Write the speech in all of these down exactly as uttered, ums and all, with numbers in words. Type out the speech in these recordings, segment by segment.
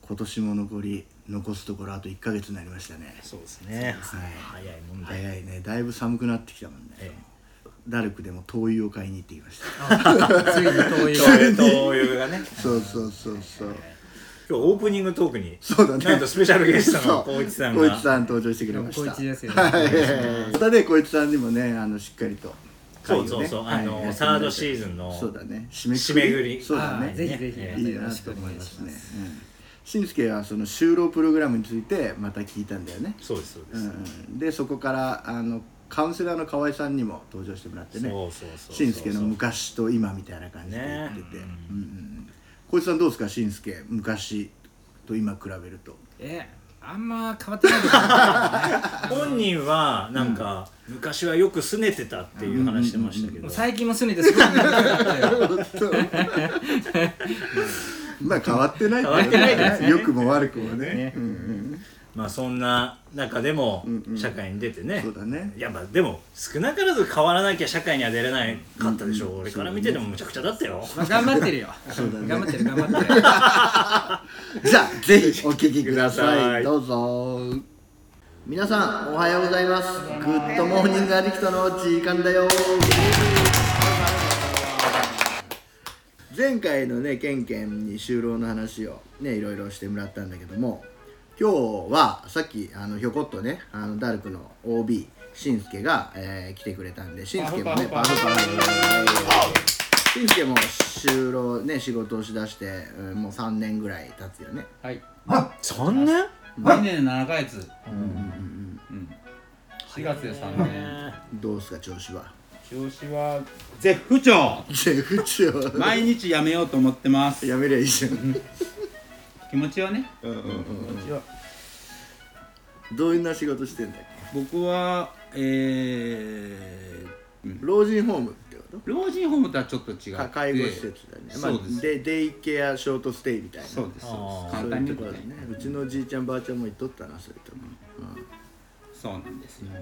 今年も残り残すところあといっかげつになりましたね。 そうですね、 はい、 早いもんで早いね。だいぶ寒くなってきたもんね、ええ、ダルクでも灯油を買いに行ってきました。ついに灯油灯油がねそうそうそうそう、 今日オープニングトークにそうだね、 なんとスペシャルゲストの光一さんが光一さん登場してくれました。 光一ですよね。 はい、またね光一さんにもねあのしっかりとそうそうそう、あの、はい、サードシーズンのそうだね締め締めくり、 そうだね、 ぜひぜひいいなと思いますね。しんすけはその就労プログラムについてまた聞いたんだよね。 そうですそうです、 うん、でそこからあのカウンセラーの河合さんにも登場してもらってね、しんすけの昔と今みたいな感じで言ってて、ね、うんうん、小石さんどうですか、しんすけ昔と今比べると。 えあんま変わってないですね。 本人はなんか、うん、昔はよく拗ねてたっていう話してましたけど、 最近も拗ねてすごい長かったよ。 まあ変わってない、 変わってないですね。 良くも悪くもね。 ね、うんうん、まあそんな中でも社会に出てね、 うんうん、そうだね。 やっぱでも少なからず変わらなきゃ社会には出れないかったでしょう。うんうん、俺から見ててもむちゃくちゃだったよ。 まあ、頑張ってるよ。そうだね、頑張ってる頑張ってる。 じゃあぜひお聞きください。どうぞ。皆さんおはようございます。グッドモーニングアディクトの時間だよ。前回のねケンケンに就労の話をねいろいろしてもらったんだけども、今日はさっきあのひょこっとねあのダルクの オービー しんすけが、えー、来てくれたんで、しんすけもねパフパフしんすけも就労ね仕事をしだして、うん、もうさんねんぐらい経つよね。 はい。 さんねん？ にねんななかげつ。 うんうんうんうん。 しがつでさんねん。 どうすか調子は？ 調子は絶不調。 絶不調。 毎日やめようと思ってます。 やめりゃいいじゃん。 気持ちはね。 うんうんうん。 気持ちは。 どんな仕事してんだっけ？ 僕はえー、老人ホームってこと？ 老人ホームとはちょっと違って、 介護施設だね。 そうです。 まあ、でデイケアショートステイみたいな。 そうです。そうです。 簡単に言うとね。うちのじいちゃんばあちゃんも言っとったなそれとも。 うん。そうなんですよ。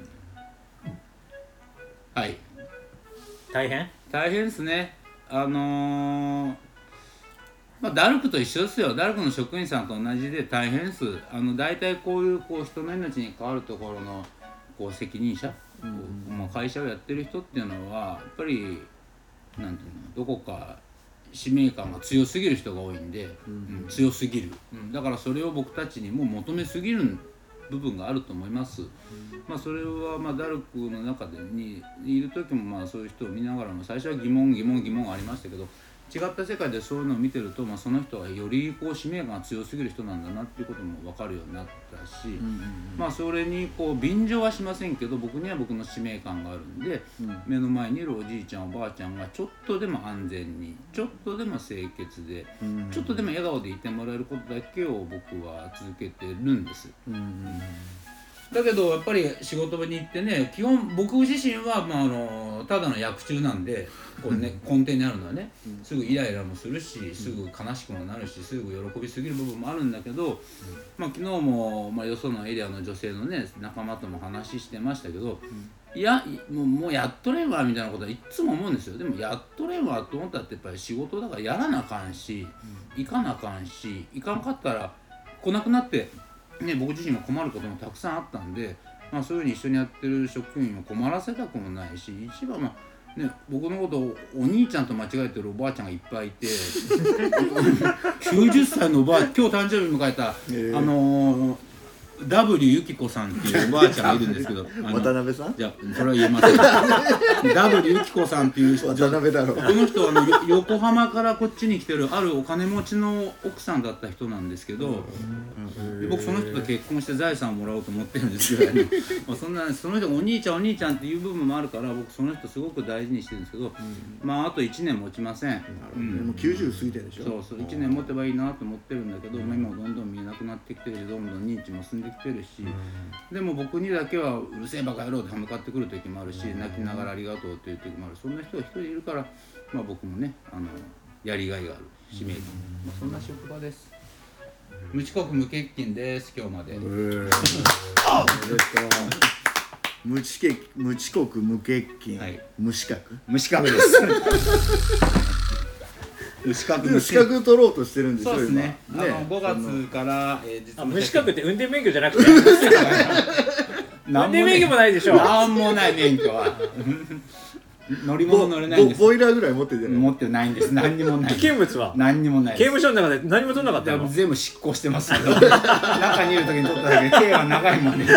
はい。 大変？ 大変ですね。あのー、まあダルクと一緒ですよ。ダルクの職員さんと同じで大変です。あの大体こういうこう人の命に関わるところのこう責任者、うん、まあ会社をやってる人っていうのはやっぱりなんていうのどこか使命感が強すぎる人が多いんで、うんうん、強すぎる、うん、だからそれを僕たちにも求めすぎる部分があると思います。まあそれはまあダルクの中でにいる時もまあそういう人を見ながらも最初は疑問疑問疑問がありましたけど、違った世界でそういうのを見てると、まあ、その人はよりこう使命感が強すぎる人なんだなっていうことも分かるようになったし、うんうんうん、まあそれにこう便乗はしませんけど僕には僕の使命感があるんで、うん、目の前にいるおじいちゃんおばあちゃんがちょっとでも安全にちょっとでも清潔で、うんうん、ちょっとでも笑顔でいてもらえることだけを僕は続けてるんです。うんうんうん、だけどやっぱり仕事場に行ってね、基本僕自身は、まあ、あのただの役中なんでこう、ね、根底にあるのはね、すぐイライラもするしすぐ悲しくもなるしすぐ喜びすぎる部分もあるんだけど、まあ、昨日も、まあ、よそのエリアの女性のね仲間とも話してましたけど、いやもう、もうやっとれんわみたいなことはいっつも思うんですよ。でもやっとれんわと思ったってやっぱり仕事だからやらなあかんし行かなあかんし、行かんかったら来なくなってね、僕自身も困ることもたくさんあったんで、まあ、そういうふうに一緒にやってる職員を困らせたくもないし、一番まあね、僕のことをお兄ちゃんと間違えてるおばあちゃんがいっぱいいてきゅうじゅっさいのおばあ今日誕生日迎えた、えー、あのーダブリュー ゆきこさんっていうおばあちゃんがいるんですけど渡辺さん？ じゃあそれは言えませんダブリュー ゆきこさんっていう人、 渡辺だろう。 この人はあの横浜からこっちに来てるあるお金持ちの奥さんだった人なんですけど、で僕その人と結婚して財産をもらおうと思ってるんですけど、ね、まあそんなその人がお兄ちゃんお兄ちゃんっていう部分もあるから僕その人すごく大事にしてるんですけど、うん、まああといちねん持ちません。 うん、もうきゅうじゅう過ぎてるでしょ。 そうそういちねん持てばいいなと思ってるんだけど、うん、今どんどん見えなくなってきてるしどんどん認知も進んできてるし、うん、でも僕にだけはうるせえバカ野郎って向かってくる時もあるし、うん、泣きながらありがとうっていう時もある。そんな人が一人いるから、まあ、僕もねあのやりがいがある使命感、うんまあ、そんな職場です。無遅刻無欠勤です今日まで。 無遅刻無遅刻無欠勤、はい、無資格無資格です資格でも資格取ろうとしてるんでしょ。 そうですね。あ今のごがつから、えー、実あ務無資格って運転免許じゃなくて運なんも転免許もないでしょ。 なんもない免許は乗り物乗れないんです。 ボイラーぐらい持ってて、 持ってないんです。何にもない。 危険物は何にもないです。 刑務所の中で何も取んなかったの。 全部執行してますけど中にいる時に取っただけで刑は長いもんね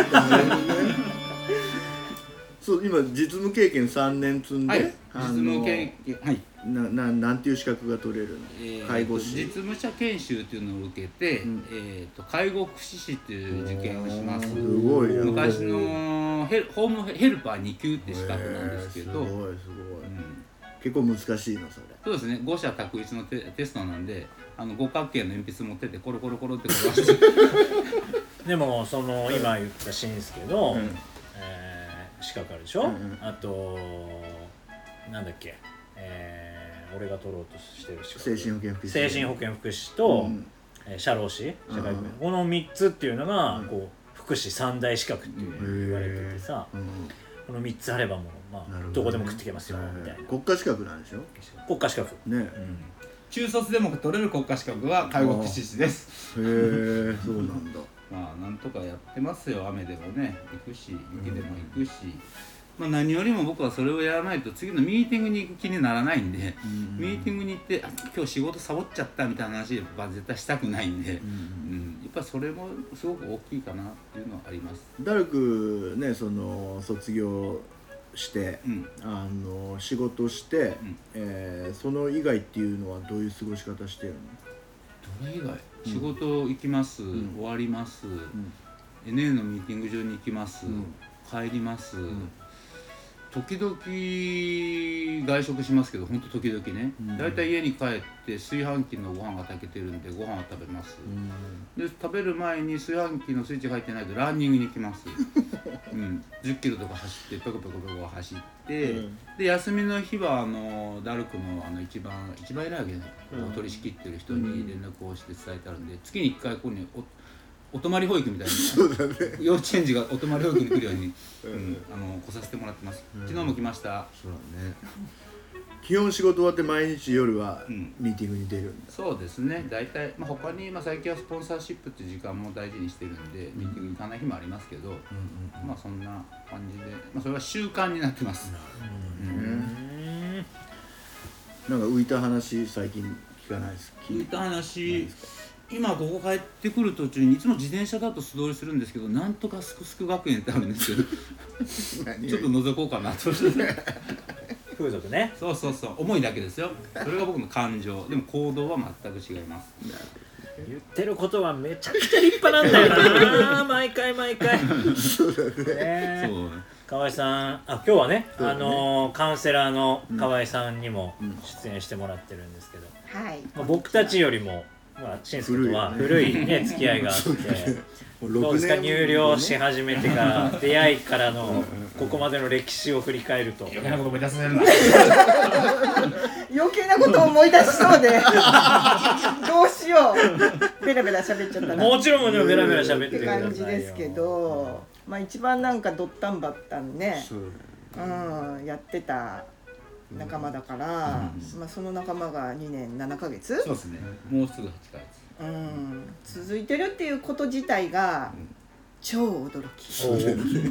そう今実務経験さんねん積んで、 はい、実あの務経験、はい、 なななんていう資格が取れるの、 えー、 介護士実務者研修っていうのを受けて、うん、えー、と介護福祉士っていう受験をします。 すごい昔のヘルホームヘルパーに級って資格なんですけど、 すごいすごい、うん、結構難しいのそれ。 そうですね、五者択一の テ, テストなんで、あの五角形の鉛筆持っててコロコロコロって転がしてでもその今言ったしんすけの、うん、えー、資格あるでしょ、うんうん、あとなんだっけ、えー、俺が取ろうとしてる資格、 精神保健福祉精神保健福祉と、うん、えー、社労士社会保険、うん、このみっつっていうのが、うん、こう福祉三大資格っていうふうに言われててさ、うん、このみっつあればもう、まあね、どこでも食っていけますよみたいな。 国家資格なんでしょ。 国家資格ね、うん、 中卒でも取れる国家資格は介護福祉士です。 へえ、そうなんだ。 まあなんとかやってますよ。雨でもね行くし雪でも行くし、まあ、何よりも僕はそれをやらないと次のミーティングに行く気にならないんで、うん、ミーティングに行ってあ今日仕事サボっちゃったみたいな話は絶対したくないんで、うんうん、やっぱりそれもすごく大きいかなっていうのはあります。 ダルクね、その卒業して、うん、あの仕事して、うん、えー、その以外っていうのはどういう過ごし方してるの？ どれ以外、うん、仕事行きます、うん、終わります、うん、エヌエー のミーティング場に行きます、うん、帰ります、うん、時々外食しますけど、ほんと時々ね、うん、だいたい家に帰って炊飯器のご飯が炊けてるんでご飯を食べます、うん、で食べる前に炊飯器のスイッチが入ってないとランニングに行きます、うん、じゅっキロとか走ってペコペコペコ走って、うん、で休みの日はあのダルクのあの一番一番偉いわけね、うん、取り仕切ってる人に連絡をして伝えてあるんで、月にいっかいここにおお泊まり保育みたいなそうだ、ね、 幼稚園児がお泊まり保育に来るように、うんうん、あの来させてもらってます、うん、昨日も来ました。 そうだね。基本仕事終わって毎日夜はミーティングに出るんだ、うん、 そうですね。大体、まあ、他に、まあ、最近はスポンサーシップっていう時間も大事にしてるんで、うん、ミーティングに行かない日もありますけど、うんうんうん、まあそんな感じで、まあ、それは習慣になってます。うんうん、 なんか浮いた話最近聞かないです。 浮いた話、今ここ帰ってくる途中にいつも自転車だと素通りするんですけど、なんとかすくすく学園ってあるんですけどちょっと覗こうかなと風俗ね。 そうそうそう、思いだけですよ。それが僕の感情。でも行動は全く違います。 言ってることはめちゃくちゃ立派なんだよな毎回毎回そうだね。 そう河合さん、あ今日は ね, ねあのー、カウンセラーの河合さんにも出演してもらってるんですけど、 うん、はい、 まあ、僕たちよりもまあ、しんすけとは古いね付き合いがあってどうですか、入寮し始めてから出会いからのここまでの歴史を振り返ると。 余計なこと思い出せるな余計なこと思い出しそうでどうしよう、ベラベラ喋っちゃったな。 もちろんもちろんベラベラ喋ってくださいよって感じですけど、まあ一番なんかドッタンバッタンね、うん、やってた仲間だから、うん、まあ、その仲間がにねんななかげつ、 そうですね、もうすぐはちかげつ、 うん、続いてるっていうこと自体が超驚き、 うん、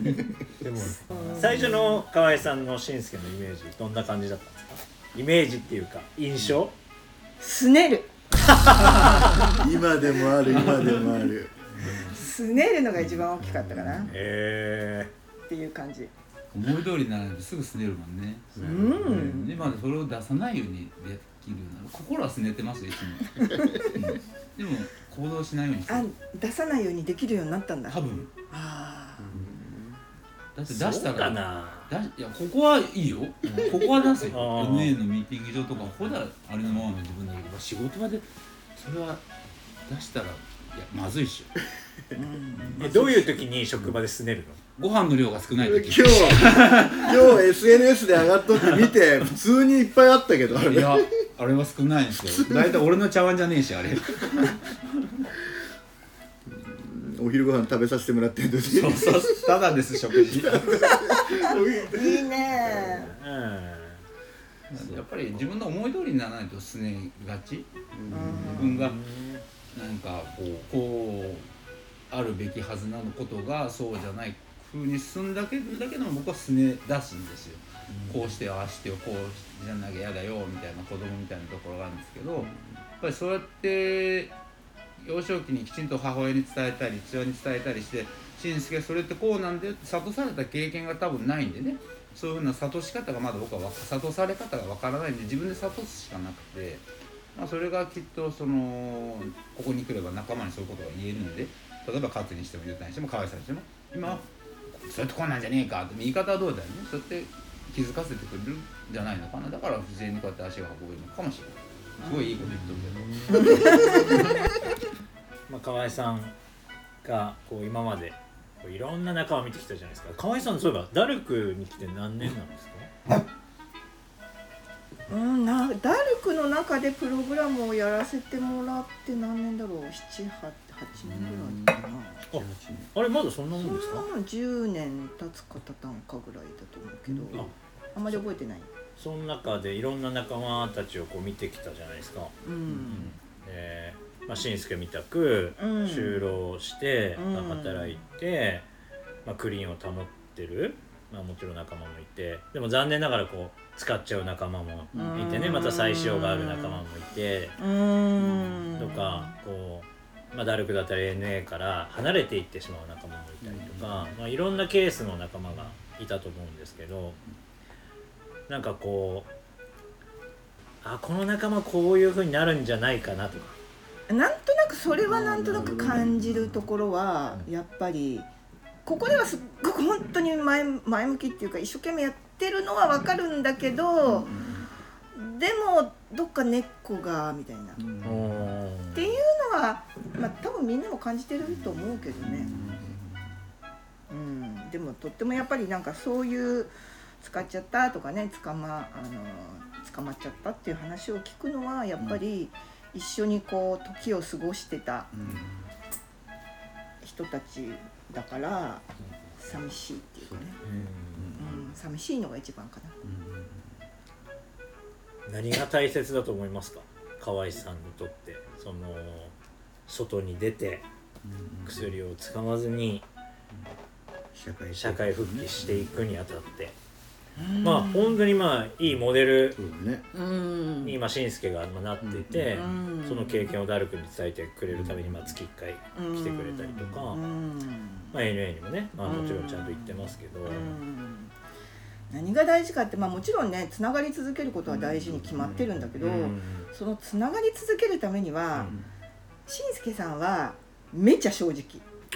でも最初の河合さんのしんすけのイメージどんな感じだったんですか？イメージっていうか印象、うん、 すねる今でもある今でもあるすねるのが一番大きかったかな、 えー、っていう感じ。 思い通りにならないとすぐすねるもんね。 うん。 で、まあそれを出さないようにできるような。心はすねてますよいつも、うん。でも行動しないようにしてる。 あ、出さないようにできるようになったんだ。 多分。 ああ。 だって出したら。 かな。 いやここはいいよ。ここは出すよ。エヌエー のミーティング場とかここだあれのままの自分だけど、仕事場でそれは出したらいやまずいっしょ。 うん、どういう時に職場ですねるの？ ご飯の量が少ない時。 今日今日 エスエヌエス で上がっとって見て普通にいっぱいあったけど、あれいやあれは少ないんですよ。だいたい俺の茶碗じゃねえしあれお昼ご飯食べさせてもらってるんですよ。そうそうただです食事いいね、 やっぱり自分の思い通りにならないとすねがち、 うん、 自分がなんかこうこうあるべきはずなのことがそうじゃない風に進んだけだけど僕はすね出すんですよ、うん、こうしてよああしてよこうじゃなきゃ嫌だよみたいな子供みたいなところがあるんですけど、やっぱりそうやって幼少期にきちんと母親に伝えたり父親に伝えたりしてしんすけそれってこうなんだよって諭された経験が多分ないんでね、そういうふうな諭し方がまだ僕は諭され方がわからないんで自分で諭すしかなくて、まあ、それがきっとそのここに来れば仲間にそういうことが言えるんで、例えば勝にしても言うたにしても可愛さにしても今そうやってこんなんじゃねえかって言い方はどうだよね、そうやって気づかせてくれるんじゃないのかな、だから自然にこうやって足が運べるのかもしれない。すごいいいこと言っとるけどまあ河合さんがこう今までこういろんな仲間見てきたじゃないですか。河合さんそういえばダルクに来て何年なんですか？ うん、なダルクの中でプログラムをやらせてもらって何年だろう、なな、はちねんぐらいかな。 あ, あれまだそんなもんですか？ そんなもんじゅうねん経つか経たんかぐらいだと思うけど、あ, あんまり覚えてない。 その中でいろんな仲間たちをこう見てきたじゃないですか。 うん、 えーまあ、しんすけみたく就労して、うんまあ、働いて、まあ、クリーンを保ってる、まあ、もちろん仲間もいて、でも残念ながらこう使っちゃう仲間もいてね、また再使用がある仲間もいて、 うんとかこう、まあ、ダルクだったり エヌエー から離れていってしまう仲間もいたりとか、まあ、いろんなケースの仲間がいたと思うんですけど、なんかこうあこの仲間こういう風になるんじゃないかなとか、 なんとなくそれはなんとなく感じるところはやっぱりここではすっごく本当に 前, 前向きっていうか一生懸命やってるのは分かるんだけど、でもどっか根っこがみたいなっていうのは、まあ、多分みんなも感じてると思うけどね、うん、でもとってもやっぱりなんかそういう使っちゃったとかね、捕ま、あの捕まっちゃったっていう話を聞くのはやっぱり一緒にこう時を過ごしてた人たちだから寂しいっていうかね、うんうん、寂しいのが一番かな。 何が大切だと思いますか？河合さんにとってその外に出て薬を使わずに社会復帰していくにあたって、まあ本当にまあいいモデルに今しんすけがなっていて、その経験をダルクに伝えてくれるためにまあ月いっかい来てくれたりとか、まあ エヌエー にもね、まあ、もちろんちゃんと言ってますけど、 何が大事かって、まあもちろんねつながり続けることは大事に決まってるんだけど、そのつながり続けるためにはしんすけさんはめっちゃ正直。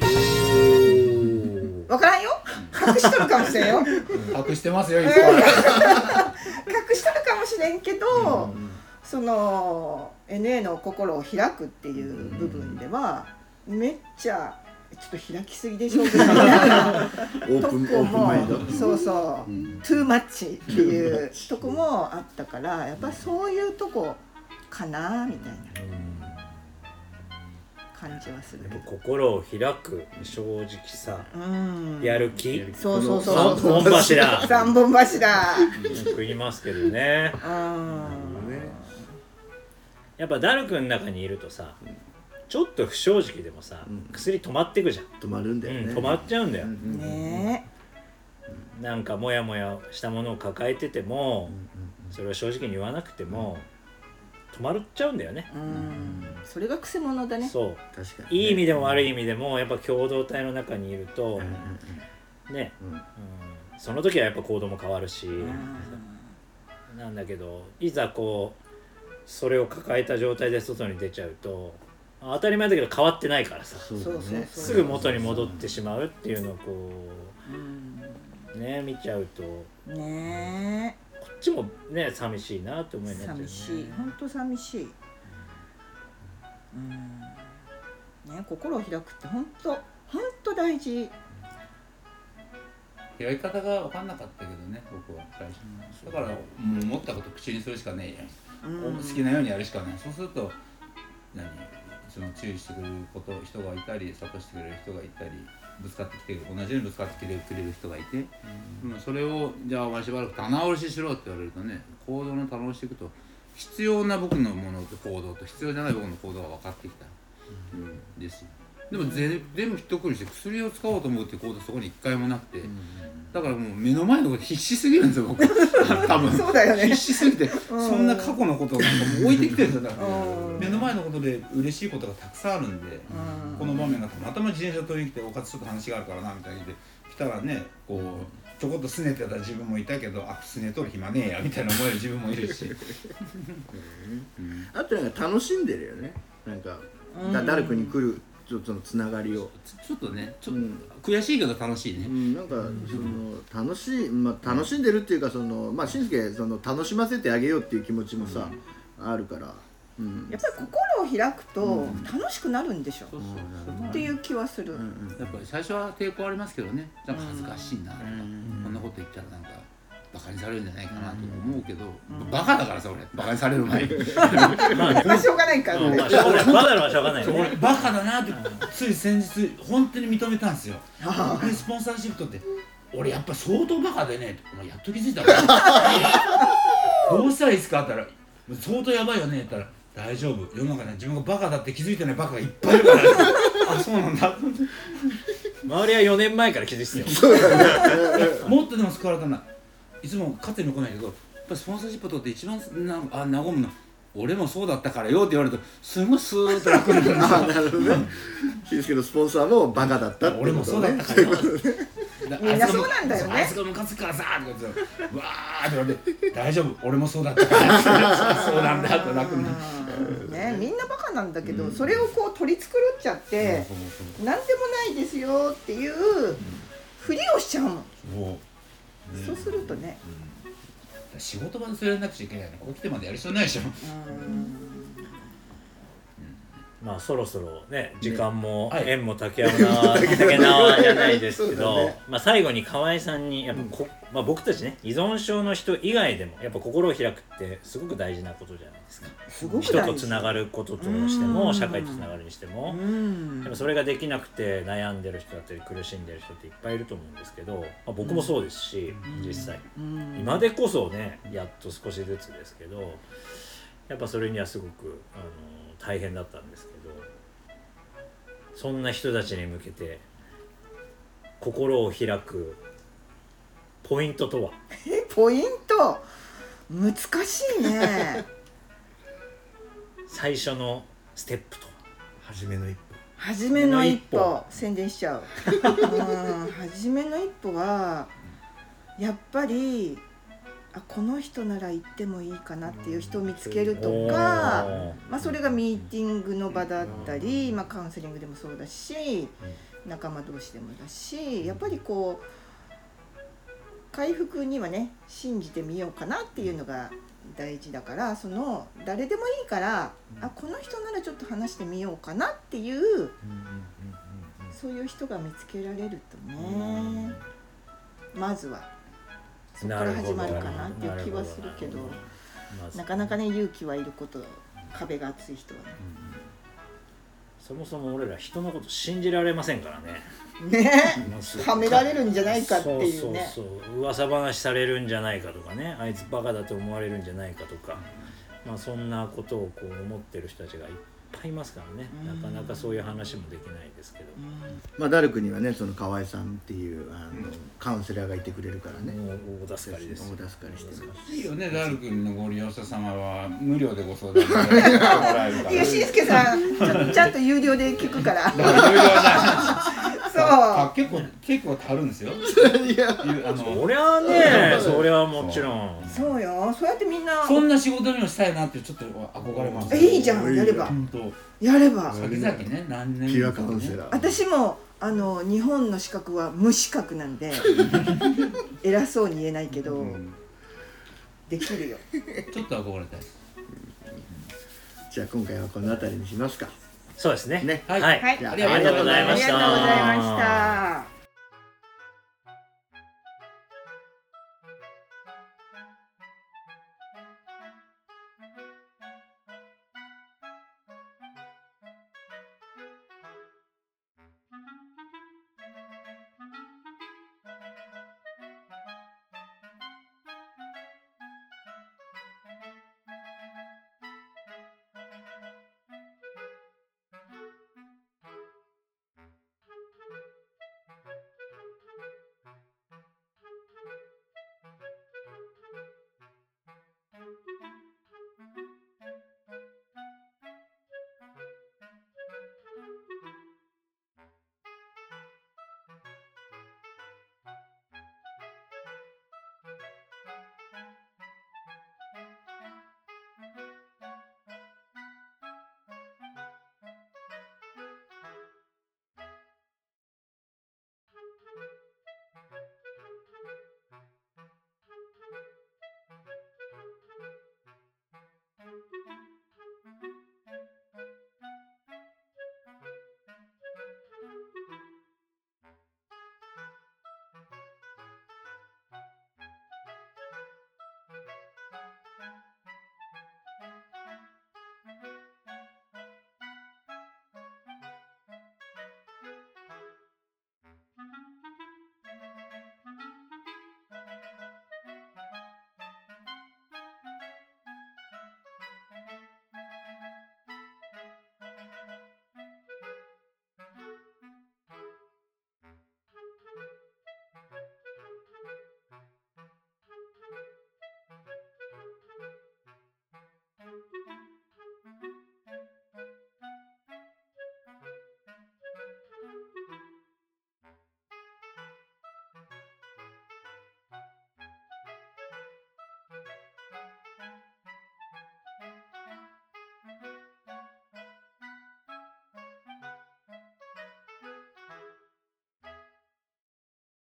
わからんよ、隠しとるかもしれんよ隠してますよいっぱい隠しとるかもしれんけど、うん、その エヌエー の心を開くっていう部分ではめっちゃちょっと開きすぎでしょうけどオープンオープンマインド、 そうそう、うん、トゥーマッチっていうとこもあったから、やっぱそういうとこかなみたいな感じはするけど、 心を開く正直さ、うん、やる気、 そうそうそう三本柱三本柱よく言いますけどね。やっぱダルクの中にいるとさ、ちょっと不正直でもさ、うん、薬止まってくじゃん。 止まるんだよね、 うん、止まっちゃうんだよ、 ね、 なんかモヤモヤしたものを抱えてても、それを正直に言わなくても、止まっちゃうんだよね。 うん、それがクセ者だね。 そう、 確かに、ね、 いい意味でも悪い意味でもやっぱ共同体の中にいると、うん、ね、うんうん、その時はやっぱ行動も変わるし、うん、なんだけどいざこうそれを抱えた状態で外に出ちゃうと当たり前だけど変わってないからさ、 そうそうそう、 すぐ元に戻ってしまうっていうのをこう、うん、ね見ちゃうとねこっちもね寂しいなって思いになっちゃうね。 寂しい、本当寂しい。うんね、心を開くって本当本当大事。 やり方が分かんなかったけどね、僕は最初。だからもう思ったこと口にするしかねえやん、うん、好きなようにやるしかない。そうすると何つも注意してくれること人がいたり諭してくれる人がいたりぶつかってきて同じようにぶつかってきてくれる人がいて、うん、それをじゃあお前しばらく棚卸ししろって言われるとね行動の棚卸ししていくと必要な僕のものと行動と必要じゃない僕の行動が分かってきた、うん、ですよ。でもぜ全部ひっとくりして薬を使おうと思うっていう行動そこに一回もなくて、だからもう目の前のこと必死すぎるんですよ僕多分そうだよね必死すぎてそんな過去のことをなんかもう置いてきてるんですよ。だから目の前のことで嬉しいことがたくさんあるんで、この場面がたまたま自転車取りに来ておかつちょっと話があるからなみたいな言って来たらねこうちょこっと拗ねてた自分もいたけどあ拗ねとる暇ねえやみたいな思える自分もいるしあとなんか楽しんでるよね。なんかだダルクに来るちょっとのつながりをちょっとねちょっと、うん、悔しいけど楽しいね、 うん、なんかその楽しい、まあ、楽しんでるっていうかそのまあしんすけその楽しませてあげようっていう気持ちもさ、うん、あるから、うん、 やっぱり心を開くと楽しくなるんでしょ、うん、っていう気はする、うんうん、やっぱり最初は抵抗ありますけどねなんか恥ずかしいなとか、うん、こんなこと言ったらなんかバカにされるんじゃないかなと思うけど、うん、バカだからさ俺バカにされる前にまあしょうがないからね、 まあ、しょうがないバカだはしょうがないね俺バカだなってつい先日本当に認めたんですよ僕にスポンサーシップ取って俺やっぱ相当バカでねお前やっと気づいたからどうしたらいいですかって言ったら相当やばいよねって言ったら大丈夫世の中には自分がバカだって気づいてないバカがいっぱいいるからあそうなんだ周りはよねんまえから気づいてたよもっとでも救われたないつも勝手に来ないけどやっぱスポンサーシップ取って一番なあ和むの俺もそうだったからよって言われるとすごいスーッと楽になるんですよ。 なるほどね。しんすけのスポンサーもバカだったってこと、ね、 俺もそうだったからよみんなそうなんだよね。 あいつがムカつくからさーって言ってわーって言われて大丈夫俺もそうだったからそうなんだって楽になるね、みんなバカなんだけど、うん、それをこう取り繕っちゃって、うん、何でもないですよっていうふりをしちゃうもん、うんそう、そうするとね、 うん、仕事場でそれやらなくちゃいけないのここ来てまでやる必要ないでしょ。うんまあそろそろね時間も縁も竹縄竹縄じゃないですけど、ね、まあ最後に河合さんにやっぱこ、うんまあ、僕たちね依存症の人以外でもやっぱ心を開くってすごく大事なことじゃないですか。 すごく人とつながることとしても社会とつながるにしてもやっぱそれができなくて悩んでる人だったり苦しんでる人っていっぱいいると思うんですけど、まあ、僕もそうですし、うん、実際、うん、今でこそねやっと少しずつですけどやっぱそれにはすごくあの大変だったんですけどそんな人たちに向けて心を開くポイントとは？ えポイント難しいね最初のステップとは初めの一歩初めの一歩宣伝しちゃううん初めの一歩はやっぱりあこの人なら行ってもいいかなっていう人を見つけるとか、まあ、それがミーティングの場だったり、まあ、カウンセリングでもそうだし仲間同士でもだしやっぱりこう回復にはね信じてみようかなっていうのが大事だからその誰でもいいからあこの人ならちょっと話してみようかなっていうそういう人が見つけられるとねまずは。そこから始まるかなっていう気はするけど な, なかなかね勇気はいること壁が厚い人はね、 うん、そもそも俺ら人のこと信じられませんからねねはめられるんじゃないかっていうねそうそうそう噂話されるんじゃないかとかねあいつバカだと思われるんじゃないかとか、まあ、そんなことをこう思ってる人たちがいっぱいいますからね、なかなかそういう話もできないですけど、 まあ、ダルクにはねその河合さんっていうあのカウンセラーがいてくれるからねもう大助かりです大助かりしてますいいよねダルクのご利用者様は無料でご相談もらえるからいやしんすけさんちゃんちゃんと有料で聞くから有料そう結構結構足るんですよいやあのそりゃねそりゃもちろんそうよそうやってみんなそんな仕事にもしたいなってちょっと憧れますいいじゃんやればやれば先々ね何年キラカウンセラー私もあの日本の資格は無資格なんで偉そうに言えないけど、うん、できるよちょっと憧れたいじゃあ今回はこの辺りにしますかそうですねねはい、はい、 じゃあありがとうございましたありがとうございました。